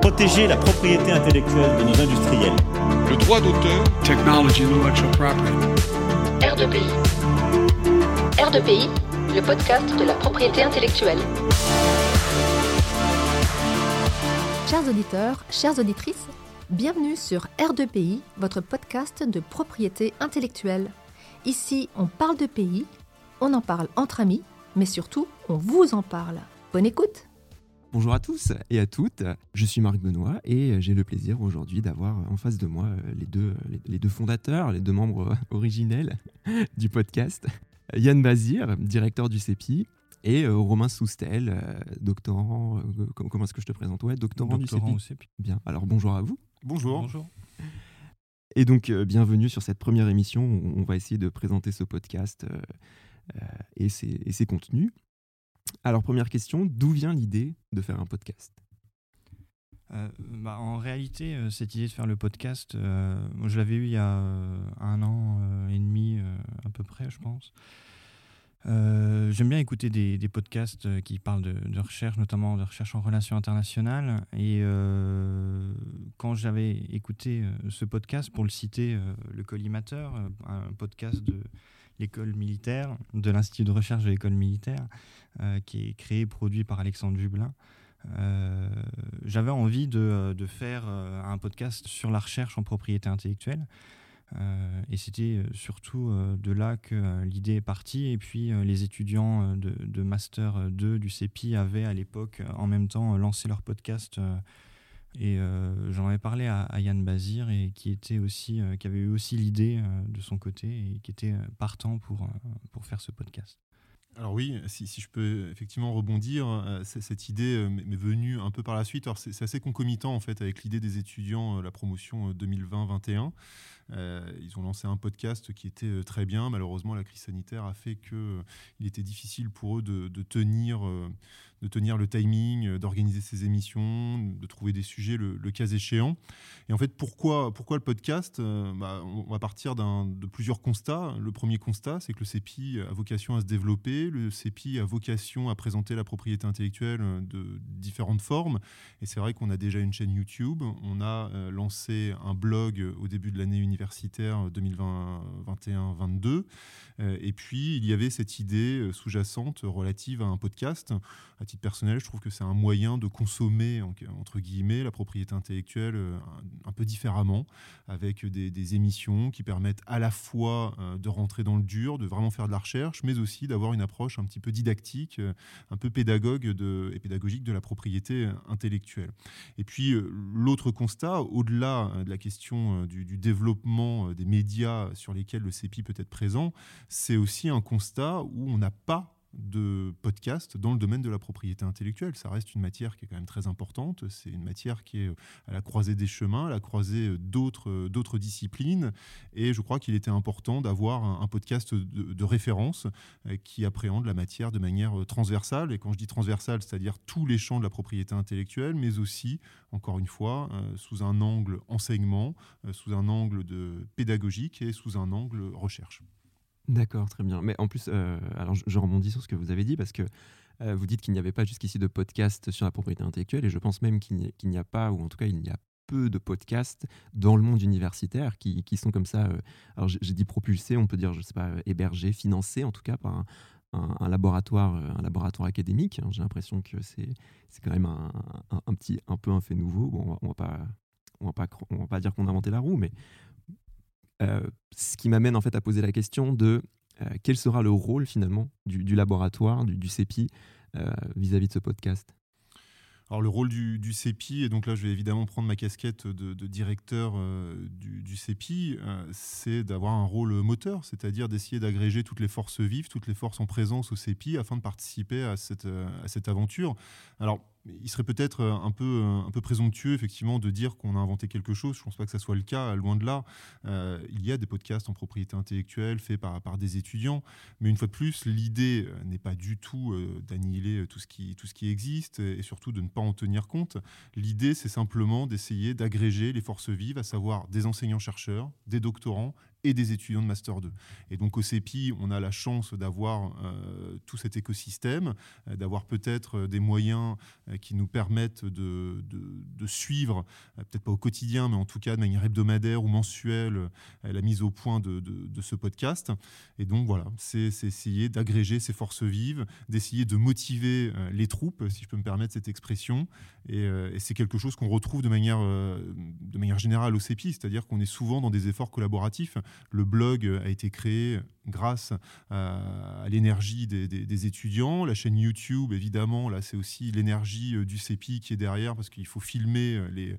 protéger la propriété intellectuelle de nos industriels. Le droit d'auteur. Technology and intellectual property. R2PI. R2PI, le podcast de la propriété intellectuelle. Chers auditeurs, chères auditrices, bienvenue sur R2PI, votre podcast de propriété intellectuelle. Ici, on parle de pays, on en parle entre amis, mais surtout, on vous en parle. Bonne écoute! Bonjour à tous et à toutes, je suis Marc Benoît et j'ai le plaisir aujourd'hui d'avoir en face de moi les deux fondateurs, les deux membres originels du podcast. Yann Bazir, directeur du CEPI, et Romain Soustel, doctorant, comment est-ce que je te présente? Ouais, doctorant du CEPI. Bien, alors bonjour à vous. Bonjour. Et donc, bienvenue sur cette première émission où on va essayer de présenter ce podcast et ses contenus. Alors, première question, d'où vient l'idée de faire un podcast ? En réalité, cette idée de faire le podcast, je l'avais eue il y a 1 an et demi à peu près, je pense. J'aime bien écouter des podcasts qui parlent de recherche, notamment de recherche en relations internationales. Et quand j'avais écouté ce podcast, pour le citer, le Collimateur, un podcast de l'école militaire, de l'Institut de recherche de l'école militaire, qui est créé et produit par Alexandre Jublin, j'avais envie de faire un podcast sur la recherche en propriété intellectuelle. Et c'était surtout de là que l'idée est partie. Et puis les étudiants de Master 2 du CEPI avaient à l'époque en même temps lancé leur podcast. Et j'en avais parlé à Yann Bazir, et qui avait eu aussi l'idée de son côté et qui était partant pour faire ce podcast. Alors oui, si je peux effectivement rebondir, cette idée m'est venue un peu par la suite. Alors c'est assez concomitant en fait avec l'idée des étudiants, la promotion 2020-21. Ils ont lancé un podcast qui était très bien. Malheureusement, la crise sanitaire a fait qu'il était difficile pour eux de tenir le timing, d'organiser ces émissions, de trouver des sujets le cas échéant. Et en fait, pourquoi le podcast ? On va partir de plusieurs constats. Le premier constat, c'est que le CEPI a vocation à se développer. Le CEPI a vocation à présenter la propriété intellectuelle de différentes formes. Et c'est vrai qu'on a déjà une chaîne YouTube. On a lancé un blog au début de l'année universitaire 2021-22. Et puis, il y avait cette idée sous-jacente relative à un podcast. À titre personnel, je trouve que c'est un moyen de consommer, entre guillemets, la propriété intellectuelle un peu différemment, avec des émissions qui permettent à la fois de rentrer dans le dur, de vraiment faire de la recherche, mais aussi d'avoir une approche un petit peu didactique, un peu pédagogique de la propriété intellectuelle. Et puis, l'autre constat, au-delà de la question du développement des médias sur lesquels le CEPI peut être présent, c'est aussi un constat où on n'a pas de podcast dans le domaine de la propriété intellectuelle. Ça reste une matière qui est quand même très importante. C'est une matière qui est à la croisée des chemins, à la croisée d'autres disciplines. Et je crois qu'il était important d'avoir un podcast de référence qui appréhende la matière de manière transversale. Et quand je dis transversale, c'est-à-dire tous les champs de la propriété intellectuelle, mais aussi, encore une fois, sous un angle enseignement, sous un angle pédagogique et sous un angle recherche. D'accord, très bien. Mais en plus, alors je rebondis sur ce que vous avez dit, parce que vous dites qu'il n'y avait pas jusqu'ici de podcast sur la propriété intellectuelle, et je pense même qu'il n'y a pas, ou en tout cas il y a peu de podcasts dans le monde universitaire qui sont comme ça, alors j'ai dit propulsés, on peut dire, je sais pas, hébergés, financés en tout cas par un laboratoire académique. J'ai l'impression que c'est quand même un peu un fait nouveau. Bon, on va pas dire qu'on a inventé la roue, mais ce qui m'amène en fait à poser la question de quel sera le rôle finalement du laboratoire, du CEPI vis-à-vis de ce podcast. Alors le rôle du CEPI, et donc là je vais évidemment prendre ma casquette de directeur du CEPI, c'est d'avoir un rôle moteur, c'est-à-dire d'essayer d'agréger toutes les forces vives, toutes les forces en présence au CEPI afin de participer à cette aventure. Alors il serait peut-être un peu présomptueux effectivement de dire qu'on a inventé quelque chose. Je ne pense pas que ça soit le cas, loin de là. Il y a des podcasts en propriété intellectuelle faits par des étudiants, mais une fois de plus, l'idée n'est pas du tout d'annihiler tout ce qui existe, et surtout de ne pas en tenir compte. L'idée, c'est simplement d'essayer d'agréger les forces vives, à savoir des enseignants-chercheurs, des doctorants et des étudiants de Master 2. Et donc au CEPI, on a la chance d'avoir tout cet écosystème, d'avoir peut-être des moyens qui nous permettent de suivre, peut-être pas au quotidien, mais en tout cas de manière hebdomadaire ou mensuelle, la mise au point de ce podcast. Et donc voilà, c'est essayer d'agréger ces forces vives, d'essayer de motiver les troupes, si je peux me permettre cette expression. Et c'est quelque chose qu'on retrouve de manière générale au CEPI, c'est-à-dire qu'on est souvent dans des efforts collaboratifs. Le blog a été créé grâce à l'énergie des étudiants. La chaîne YouTube, évidemment, là, c'est aussi l'énergie du CEPI qui est derrière, parce qu'il faut filmer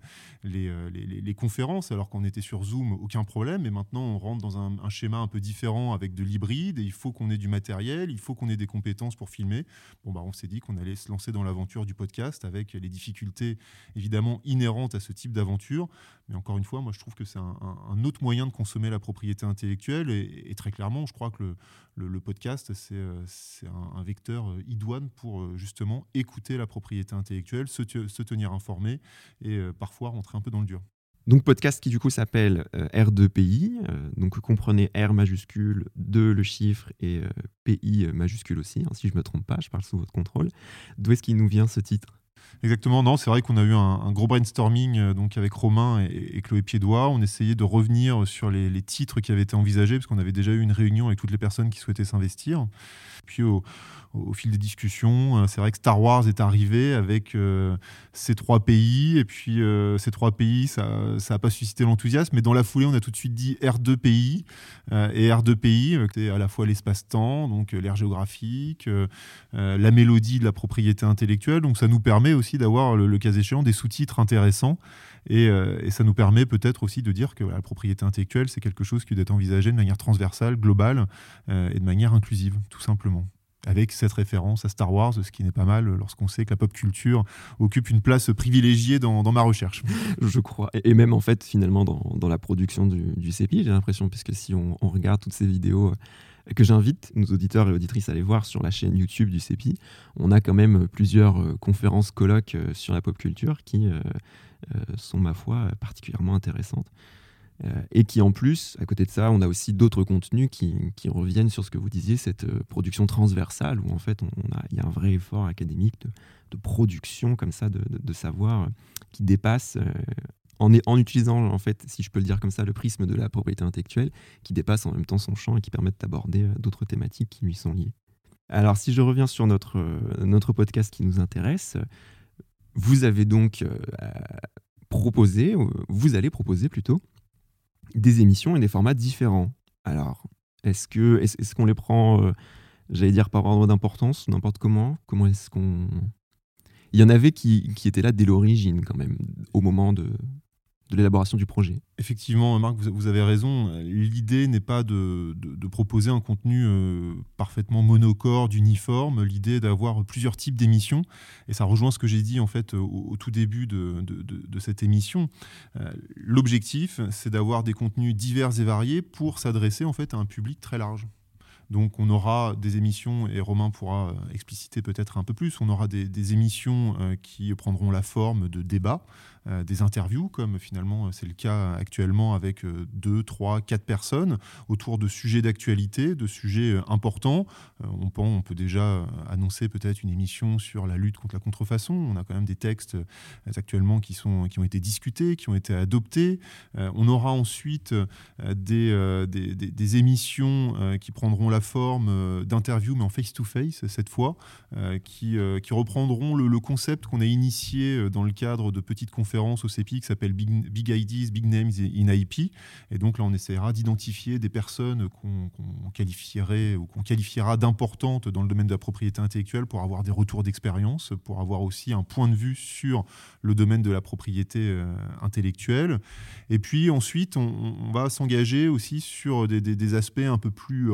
les conférences, alors qu'on était sur Zoom, aucun problème. Et maintenant, on rentre dans un schéma un peu différent avec de l'hybride, et il faut qu'on ait du matériel, il faut qu'on ait des compétences pour filmer. On s'est dit qu'on allait se lancer dans l'aventure du podcast avec les difficultés, évidemment, inhérentes à ce type d'aventure. Mais encore une fois, moi, je trouve que c'est un autre moyen de consommer la propriété intellectuelle. Et très clairement, je crois que le podcast, c'est un vecteur idoine pour justement écouter la propriété intellectuelle, se tenir informé et parfois rentrer un peu dans le dur. Donc podcast qui du coup s'appelle R2PI, donc comprenez R majuscule, 2 le chiffre et PI majuscule aussi, si je ne me trompe pas, je parle sous votre contrôle. D'où est-ce qu'il nous vient ce titre ? Exactement, non, c'est vrai qu'on a eu un gros brainstorming donc avec Romain et Chloé Piédois. On essayait de revenir sur les titres qui avaient été envisagés, parce qu'on avait déjà eu une réunion avec toutes les personnes qui souhaitaient s'investir. Puis au fil des discussions, c'est vrai que Star Wars est arrivé avec ces 3 pays, et puis ces 3 pays, ça n'a pas suscité l'enthousiasme, mais dans la foulée, on a tout de suite dit R2PI, et R2PI, c'est à la fois l'espace-temps, donc l'ère géographique, la mélodie de la propriété intellectuelle, donc ça nous permet aussi d'avoir, le cas échéant, des sous-titres intéressants, et ça nous permet peut-être aussi de dire que la propriété intellectuelle, c'est quelque chose qui doit être envisagé de manière transversale, globale, et de manière inclusive, tout simplement. Avec cette référence à Star Wars, ce qui n'est pas mal lorsqu'on sait que la pop culture occupe une place privilégiée dans ma recherche. Je crois. Et même en fait, finalement, dans la production du CEPI, j'ai l'impression, puisque si on regarde toutes ces vidéos que j'invite nos auditeurs et auditrices à aller voir sur la chaîne YouTube du CEPI, on a quand même plusieurs conférences, colloques sur la pop culture qui sont, ma foi, particulièrement intéressantes. Et qui en plus, à côté de ça, on a aussi d'autres contenus qui reviennent sur ce que vous disiez, cette production transversale, où en fait il y a un vrai effort académique de production comme ça, de savoir qui dépasse, en utilisant, en fait, si je peux le dire comme ça, le prisme de la propriété intellectuelle, qui dépasse en même temps son champ et qui permet d'aborder d'autres thématiques qui lui sont liées. Alors si je reviens sur notre podcast qui nous intéresse, vous avez donc vous allez proposer plutôt des émissions et des formats différents. Alors, est-ce qu'on les prend, j'allais dire, par ordre d'importance, n'importe comment ? Comment est-ce qu'on... Il y en avait qui étaient là dès l'origine, quand même, au moment de l'élaboration du projet. Effectivement, Marc, vous avez raison. L'idée n'est pas de proposer un contenu parfaitement monocorde, uniforme. L'idée est d'avoir plusieurs types d'émissions. Et ça rejoint ce que j'ai dit en fait au tout début de cette émission. L'objectif, c'est d'avoir des contenus divers et variés pour s'adresser en fait à un public très large. Donc on aura des émissions, et Romain pourra expliciter peut-être un peu plus, on aura des émissions qui prendront la forme de débats, des interviews, comme finalement c'est le cas actuellement avec 2, 3, 4 personnes, autour de sujets d'actualité, de sujets importants. On peut déjà annoncer peut-être une émission sur la lutte contre la contrefaçon. On a quand même des textes actuellement qui ont été discutés, qui ont été adoptés. On aura ensuite des émissions qui prendront la forme d'interviews, mais en face-to-face cette fois, qui reprendront le concept qu'on a initié dans le cadre de petites conférences au CEPI qui s'appelle Big Ideas, Big Names in IP. Et donc là, on essaiera d'identifier des personnes qu'on qualifierait ou qu'on qualifiera d'importantes dans le domaine de la propriété intellectuelle pour avoir des retours d'expérience, pour avoir aussi un point de vue sur le domaine de la propriété intellectuelle. Et puis ensuite, on va s'engager aussi sur des aspects un peu plus recherche,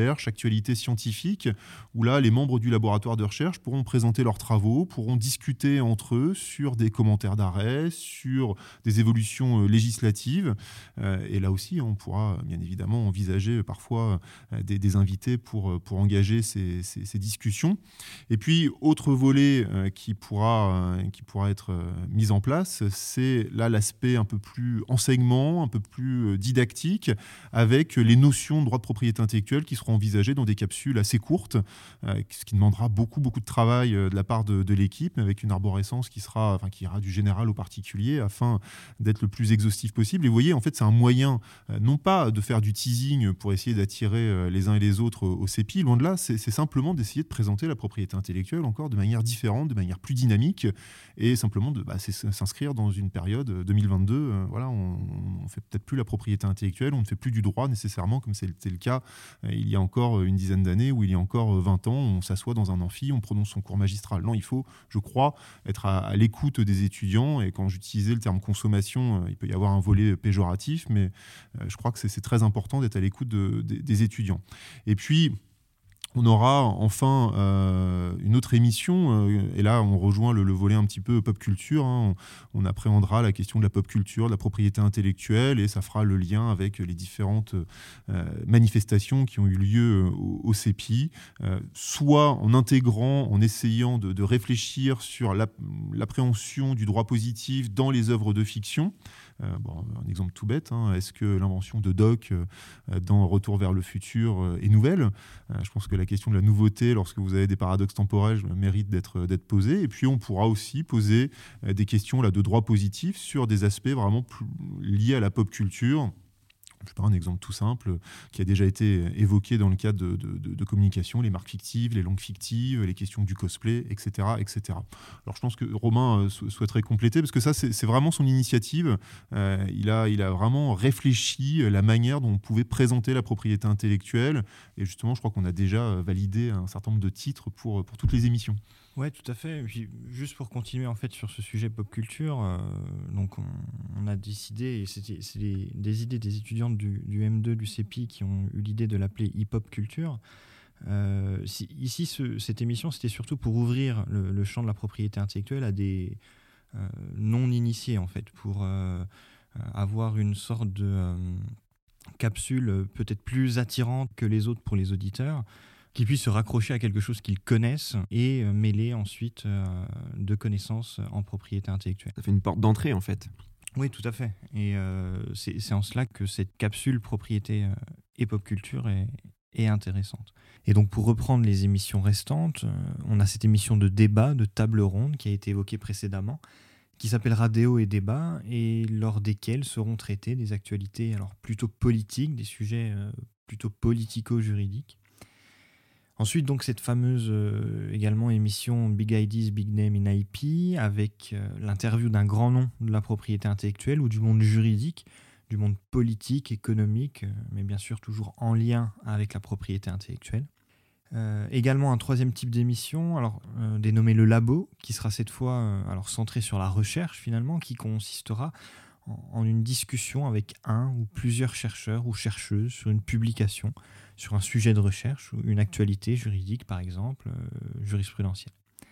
recherche, actualité scientifique, où là, les membres du laboratoire de recherche pourront présenter leurs travaux, pourront discuter entre eux sur des commentaires d'arrêt, sur des évolutions législatives. Et là aussi, on pourra bien évidemment envisager parfois des invités pour engager ces discussions. Et puis, autre volet qui pourra être mis en place, c'est là l'aspect un peu plus enseignement, un peu plus didactique, avec les notions de droit de propriété intellectuelle qui seront envisagées dans des capsules assez courtes, ce qui demandera beaucoup de travail de la part de l'équipe, mais avec une arborescence qui ira du général au particulier, afin d'être le plus exhaustif possible. Et vous voyez, en fait, c'est un moyen, non pas de faire du teasing pour essayer d'attirer les uns et les autres au CEPI, loin de là, c'est simplement d'essayer de présenter la propriété intellectuelle encore de manière différente, de manière plus dynamique, et simplement de s'inscrire dans une période 2022. Voilà, on ne fait peut-être plus la propriété intellectuelle, on ne fait plus du droit nécessairement comme c'était le cas il y a encore une dizaine d'années ou il y a encore 20 ans, on s'assoit dans un amphi, on prononce son cours magistral. Non, il faut, je crois, être à l'écoute des étudiants, et quand j'utilisais le terme consommation, il peut y avoir un volet péjoratif, mais je crois que c'est très important d'être à l'écoute des étudiants. Et puis, on aura enfin une autre émission, et là on rejoint le volet un petit peu pop culture, hein. On appréhendera la question de la pop culture, de la propriété intellectuelle, et ça fera le lien avec les différentes manifestations qui ont eu lieu au CEPI, soit en intégrant, en essayant de réfléchir sur l'appréhension du droit positif dans les œuvres de fiction. Un exemple tout bête, hein. Est-ce que l'invention de Doc dans Retour vers le futur est nouvelle ? Je pense que la question de la nouveauté, lorsque vous avez des paradoxes temporels, mérite d'être posée. Et puis on pourra aussi poser des questions là, de droit positif sur des aspects vraiment liés à la pop culture. Je sais pas, un exemple tout simple qui a déjà été évoqué dans le cadre de communication, les marques fictives, les langues fictives, les questions du cosplay, etc. etc. Alors je pense que Romain souhaiterait compléter, parce que ça c'est vraiment son initiative. Il a vraiment réfléchi la manière dont on pouvait présenter la propriété intellectuelle, et justement je crois qu'on a déjà validé un certain nombre de titres pour toutes les émissions. Ouais, tout à fait. Et puis, juste pour continuer en fait sur ce sujet pop culture, donc on a décidé, et c'est des idées des étudiantes du M2 du CEPI qui ont eu l'idée de l'appeler hip-hop culture. Ici, cette émission, c'était surtout pour ouvrir le champ de la propriété intellectuelle à des non-initiés en fait, pour avoir une sorte de capsule peut-être plus attirante que les autres pour les auditeurs, qui puissent se raccrocher à quelque chose qu'ils connaissent et mêler ensuite de connaissances en propriété intellectuelle. Ça fait une porte d'entrée en fait. Oui, tout à fait. Et c'est en cela que cette capsule propriété et pop culture est intéressante. Et donc pour reprendre les émissions restantes, on a cette émission de débat, de table ronde qui a été évoquée précédemment, qui s'appellera Déo et débat, et lors desquels seront traitées des actualités alors plutôt politiques, des sujets plutôt politico-juridiques. Ensuite, donc, cette fameuse également émission Big Ideas, Big Name in IP, avec l'interview d'un grand nom de la propriété intellectuelle ou du monde juridique, du monde politique, économique, mais bien sûr toujours en lien avec la propriété intellectuelle. Également un troisième type d'émission, alors dénommé le Labo, qui sera cette fois centré sur la recherche finalement, qui consistera en une discussion avec un ou plusieurs chercheurs ou chercheuses sur une publication, sur un sujet de recherche ou une actualité juridique, par exemple, jurisprudentielle.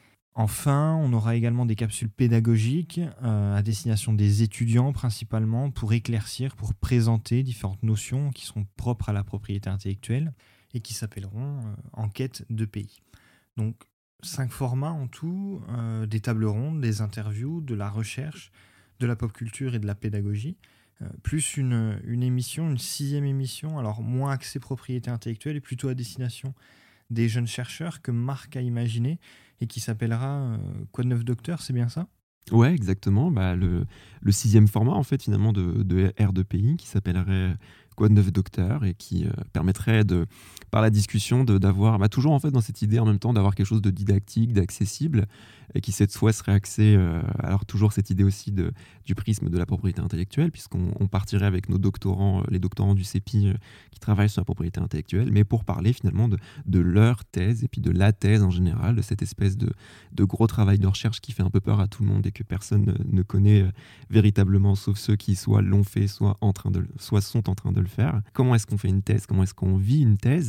Enfin, on aura également des capsules pédagogiques à destination des étudiants principalement, pour éclaircir, pour présenter différentes notions qui sont propres à la propriété intellectuelle et qui s'appelleront enquêtes de pays. Donc 5 formats en tout, des tables rondes, des interviews, de la recherche, de la pop culture et de la pédagogie, plus une émission, une 6e émission, alors moins axée propriété intellectuelle et plutôt à destination des jeunes chercheurs que Marc a imaginé et qui s'appellera Quoi de neuf docteur, c'est bien ça ? Ouais, exactement. Le 6e format en fait finalement de R2PI qui s'appellerait Quoi de neuf docteur, et qui permettrait par la discussion d'avoir toujours en fait dans cette idée en même temps d'avoir quelque chose de didactique, d'accessible, et qui cette fois serait axé alors toujours cette idée aussi du prisme de la propriété intellectuelle, puisqu'on partirait avec nos doctorants, les doctorants du CEPI qui travaillent sur la propriété intellectuelle, mais pour parler finalement de leur thèse et puis de la thèse en général, de cette espèce de gros travail de recherche qui fait un peu peur à tout le monde et que personne ne connaît véritablement, sauf ceux qui soit l'ont fait, soit sont en train de le faire. Comment est-ce qu'on fait une thèse ? Comment est-ce qu'on vit une thèse ?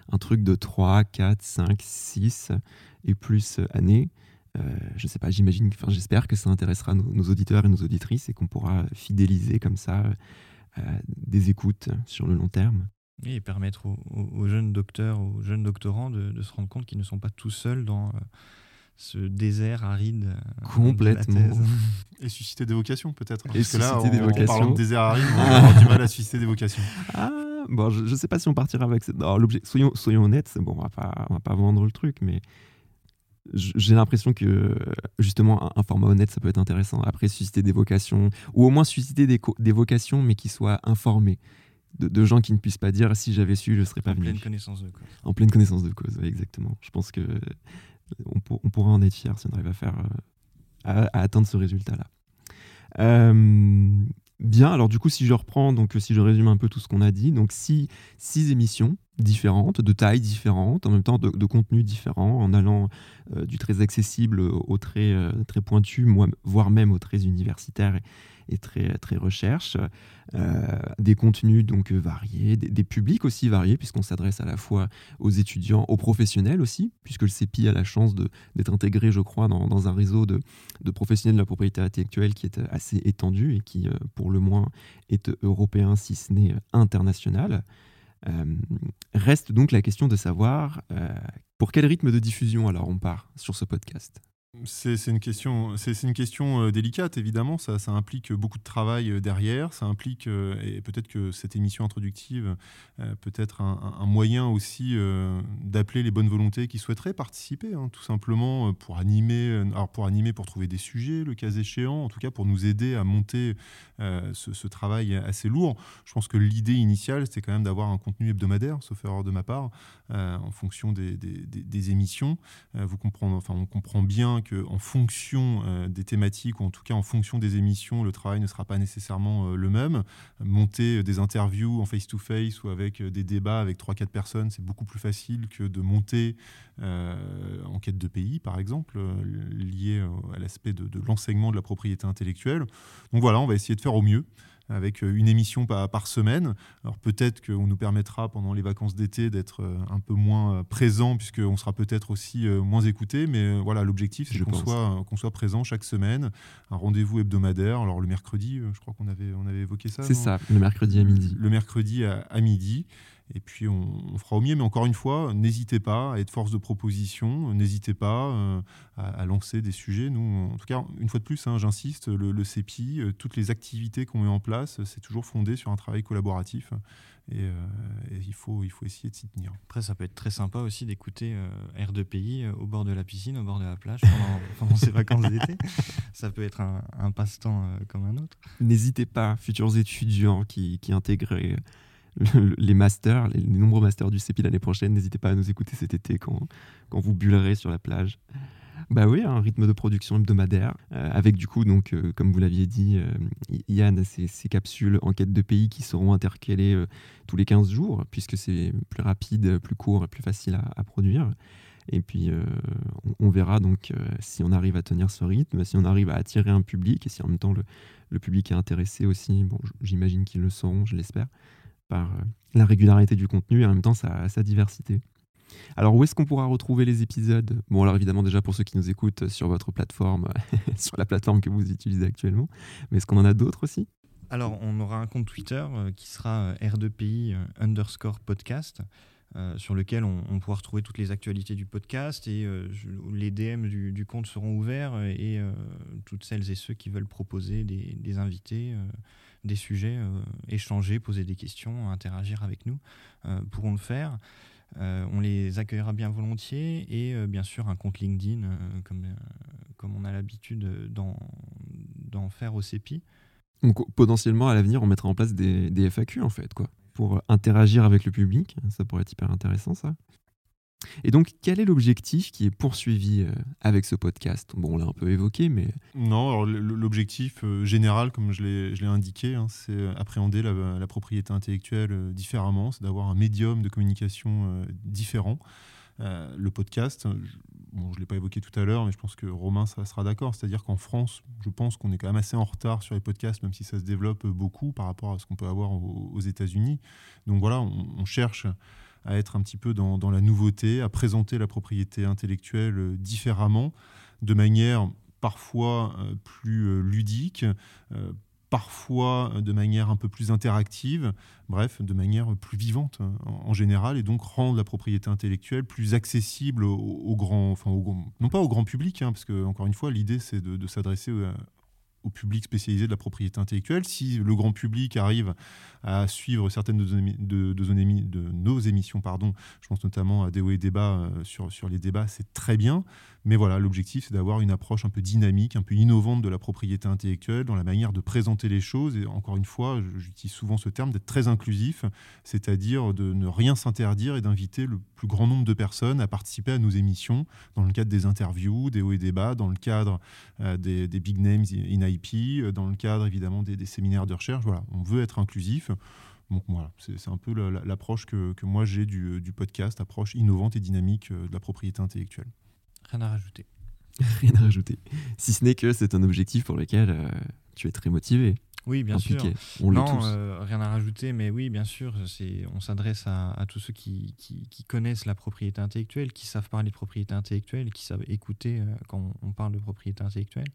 un truc de 3, 4, 5, 6 et plus années. Je sais pas, j'espère que ça intéressera nos auditeurs et nos auditrices et qu'on pourra fidéliser comme ça des écoutes sur le long terme. Et permettre aux jeunes docteurs, aux jeunes doctorants de se rendre compte qu'ils ne sont pas tout seuls dans ce désert aride. Complètement. De la thèse. Et susciter des vocations, peut-être. Et Parce que là, susciter des en vocations. parlant de désert aride, on va avoir du mal à susciter des vocations. Bon, je sais pas si on partira avec ça. Soyons honnêtes, bon, on va pas vendre le truc, mais j'ai l'impression que justement un format honnête ça peut être intéressant. Après, susciter des vocations, ou au moins susciter des vocations mais qui soient informées, de gens qui ne puissent pas dire si j'avais su je serais pas venu. En pleine connaissance de cause. En pleine connaissance de cause, oui, exactement. Je pense que on pourra en être fier si on arrive à faire à atteindre ce résultat-là. Bien, alors du coup, si je reprends, donc si je résume un peu tout ce qu'on a dit, donc six émissions différentes, de tailles différentes, en même temps de contenus différents, en allant du très accessible au très pointu, voire même au très universitaire et très, très recherche, des contenus donc variés, des publics aussi variés, puisqu'on s'adresse à la fois aux étudiants, aux professionnels aussi, puisque le CEPI a la chance d'être intégré, je crois, dans un réseau de professionnels de la propriété intellectuelle qui est assez étendu et qui, pour le moins, est européen, si ce n'est international. Reste donc la question de savoir pour quel rythme de diffusion alors on part sur ce podcast. C'est une question délicate, évidemment. Ça implique beaucoup de travail derrière. Ça implique, et peut-être que cette émission introductive peut être un moyen aussi d'appeler les bonnes volontés qui souhaiteraient participer, hein, tout simplement pour animer, pour trouver des sujets, le cas échéant, en tout cas pour nous aider à monter ce travail assez lourd. Je pense que l'idée initiale, c'était quand même d'avoir un contenu hebdomadaire, sauf erreur de ma part, en fonction des émissions. On comprend bien qu'en fonction des thématiques, ou en tout cas en fonction des émissions, le travail ne sera pas nécessairement le même. Monter des interviews en face-to-face ou avec des débats avec 3-4 personnes, c'est beaucoup plus facile que de monter enquête de pays, par exemple, lié à l'aspect de l'enseignement de la propriété intellectuelle. Donc voilà, on va essayer de faire au mieux, avec une émission par semaine. Alors peut-être qu'on nous permettra pendant les vacances d'été d'être un peu moins présent, puisqu'on sera peut-être aussi moins écouté, mais voilà, l'objectif c'est qu'on soit présent chaque semaine, un rendez-vous hebdomadaire. Alors le mercredi, je crois qu'on avait évoqué ça. C'est ça, le mercredi à midi. Le mercredi à midi. Et puis on fera au mieux, mais encore une fois, n'hésitez pas à être force de proposition, n'hésitez pas à lancer des sujets. Nous, en tout cas, une fois de plus, j'insiste, le CEPI, toutes les activités qu'on met en place, c'est toujours fondé sur un travail collaboratif. Et il faut essayer de s'y tenir. Après, ça peut être très sympa aussi d'écouter R2PI au bord de la piscine, au bord de la plage, pendant ces vacances d'été. Ça peut être un passe-temps comme un autre. N'hésitez pas, futurs étudiants qui intégreraient les masters, les nombreux masters du CEPI l'année prochaine, n'hésitez pas à nous écouter cet été quand vous bullerez sur la plage. Bah oui, un rythme de production hebdomadaire, avec du coup, donc, comme vous l'aviez dit, Yann a ces capsules enquête de pays qui seront intercalées tous les 15 jours, puisque c'est plus rapide, plus court et plus facile à produire. Et puis, on verra donc si on arrive à tenir ce rythme, si on arrive à attirer un public, et si en même temps le public est intéressé aussi. Bon, j'imagine qu'ils le seront, je l'espère, par la régularité du contenu et en même temps sa diversité. Alors, où est-ce qu'on pourra retrouver les épisodes ? Bon, alors évidemment, déjà pour ceux qui nous écoutent sur votre plateforme, sur la plateforme que vous utilisez actuellement, mais est-ce qu'on en a d'autres aussi ? Alors, on aura un compte Twitter qui sera R2PI_podcast, sur lequel on pourra retrouver toutes les actualités du podcast, et les DM du compte seront ouverts, et toutes celles et ceux qui veulent proposer des invités, des sujets, échanger, poser des questions, interagir avec nous, pourront le faire. On les accueillera bien volontiers, et bien sûr un compte LinkedIn comme on a l'habitude d'en faire au CEPI. Donc potentiellement à l'avenir on mettra en place des FAQ en fait, quoi, pour interagir avec le public. Ça pourrait être hyper intéressant, ça. Et donc, quel est l'objectif qui est poursuivi avec ce podcast ? Bon, on l'a un peu évoqué, mais... Non, alors l'objectif général, comme je l'ai indiqué, c'est appréhender la propriété intellectuelle différemment, c'est d'avoir un médium de communication différent. Le podcast, je ne l'ai pas évoqué tout à l'heure, mais je pense que Romain sera d'accord, c'est-à-dire qu'en France, je pense qu'on est quand même assez en retard sur les podcasts, même si ça se développe beaucoup par rapport à ce qu'on peut avoir aux États-Unis. Donc voilà, on cherche à être un petit peu dans la nouveauté, à présenter la propriété intellectuelle différemment, de manière parfois plus ludique, parfois de manière un peu plus interactive, bref, de manière plus vivante en général, et donc rendre la propriété intellectuelle plus accessible au grand, non pas au grand public, parce que encore une fois, l'idée c'est de s'adresser au public spécialisé de la propriété intellectuelle. Si le grand public arrive à suivre certaines de nos émissions, je pense notamment à Déo et Débat sur les débats, c'est très bien. Mais voilà, l'objectif, c'est d'avoir une approche un peu dynamique, un peu innovante de la propriété intellectuelle dans la manière de présenter les choses. Et encore une fois, j'utilise souvent ce terme, d'être très inclusif, c'est-à-dire de ne rien s'interdire et d'inviter le plus grand nombre de personnes à participer à nos émissions dans le cadre des interviews, des hauts et débats, dans le cadre des big names in IP, dans le cadre évidemment des séminaires de recherche. Voilà, on veut être inclusif. Donc voilà, c'est un peu l'approche que moi j'ai du podcast, approche innovante et dynamique de la propriété intellectuelle. Rien à rajouter. Rien à rajouter. Si ce n'est que c'est un objectif pour lequel tu es très motivé. Oui, bien impliqué. sûr. On l'est non, tous. rien à rajouter, mais oui, bien sûr, on s'adresse à tous ceux qui connaissent la propriété intellectuelle, qui savent parler de propriété intellectuelle, qui savent écouter quand on parle de propriété intellectuelle.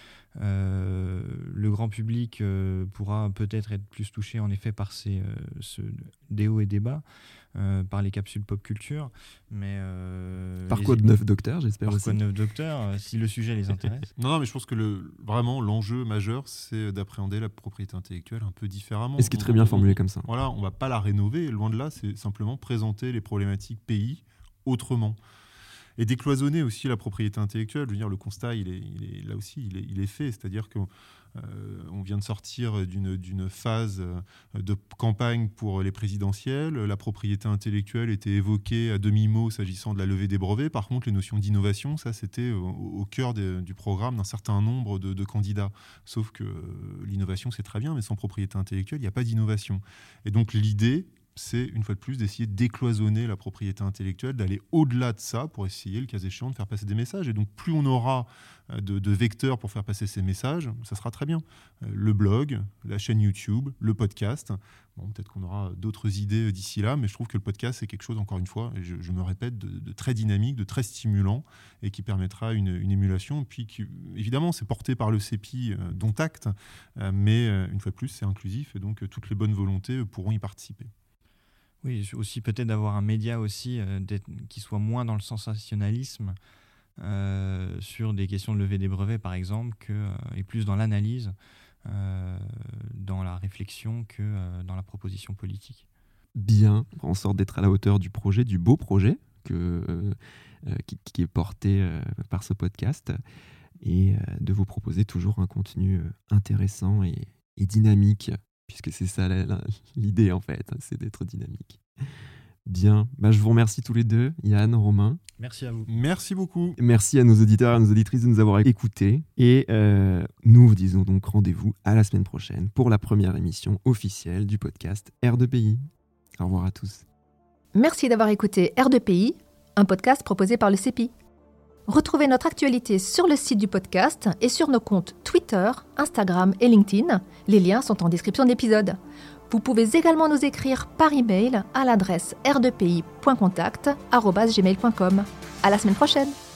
Le grand public pourra peut-être être plus touché en effet par ce déo et débat, par les capsules pop culture, mais par Code 9 Docteur, j'espère par aussi. Code 9 Docteur, si le sujet les intéresse. Non, mais je pense que vraiment l'enjeu majeur, c'est d'appréhender la propriété intellectuelle un peu différemment. Et ce qui est très bien formulé comme ça. Voilà, on va pas la rénover, loin de là, c'est simplement présenter les problématiques pays autrement. Et décloisonner aussi la propriété intellectuelle. Je veux dire, le constat, il est là aussi, il est fait. C'est-à-dire qu'on vient de sortir d'une phase de campagne pour les présidentielles. La propriété intellectuelle était évoquée à demi-mot s'agissant de la levée des brevets. Par contre, les notions d'innovation, ça, c'était au cœur du programme d'un certain nombre de candidats. Sauf que l'innovation, c'est très bien, mais sans propriété intellectuelle, il n'y a pas d'innovation. Et donc, l'idée, c'est, une fois de plus, d'essayer de décloisonner la propriété intellectuelle, d'aller au-delà de ça pour essayer, le cas échéant, de faire passer des messages. Et donc, plus on aura de vecteurs pour faire passer ces messages, ça sera très bien. Le blog, la chaîne YouTube, le podcast. Bon, peut-être qu'on aura d'autres idées d'ici là, mais je trouve que le podcast, c'est quelque chose, encore une fois, et je me répète, de très dynamique, de très stimulant, et qui permettra une émulation. Et puis, évidemment, c'est porté par le CEPI, dont acte, mais une fois de plus, c'est inclusif, et donc toutes les bonnes volontés pourront y participer. Oui, aussi peut-être d'avoir un média aussi qui soit moins dans le sensationnalisme sur des questions de levée des brevets, par exemple, et plus dans l'analyse, dans la réflexion que dans la proposition politique. Bien, en sorte d'être à la hauteur du projet, du beau projet qui est porté par ce podcast, et de vous proposer toujours un contenu intéressant et dynamique, puisque c'est ça l'idée en fait, c'est d'être dynamique. Bien, je vous remercie tous les deux, Yann, Romain. Merci à vous. Merci beaucoup. Merci à nos auditeurs et à nos auditrices de nous avoir écoutés. Et nous vous disons donc rendez-vous à la semaine prochaine pour la première émission officielle du podcast R2PI. Au revoir à tous. Merci d'avoir écouté R2PI, un podcast proposé par le CEPI. Retrouvez notre actualité sur le site du podcast et sur nos comptes Twitter, Instagram et LinkedIn. Les liens sont en description de l'épisode. Vous pouvez également nous écrire par email à l'adresse r2pi.contact@gmail.com. À la semaine prochaine!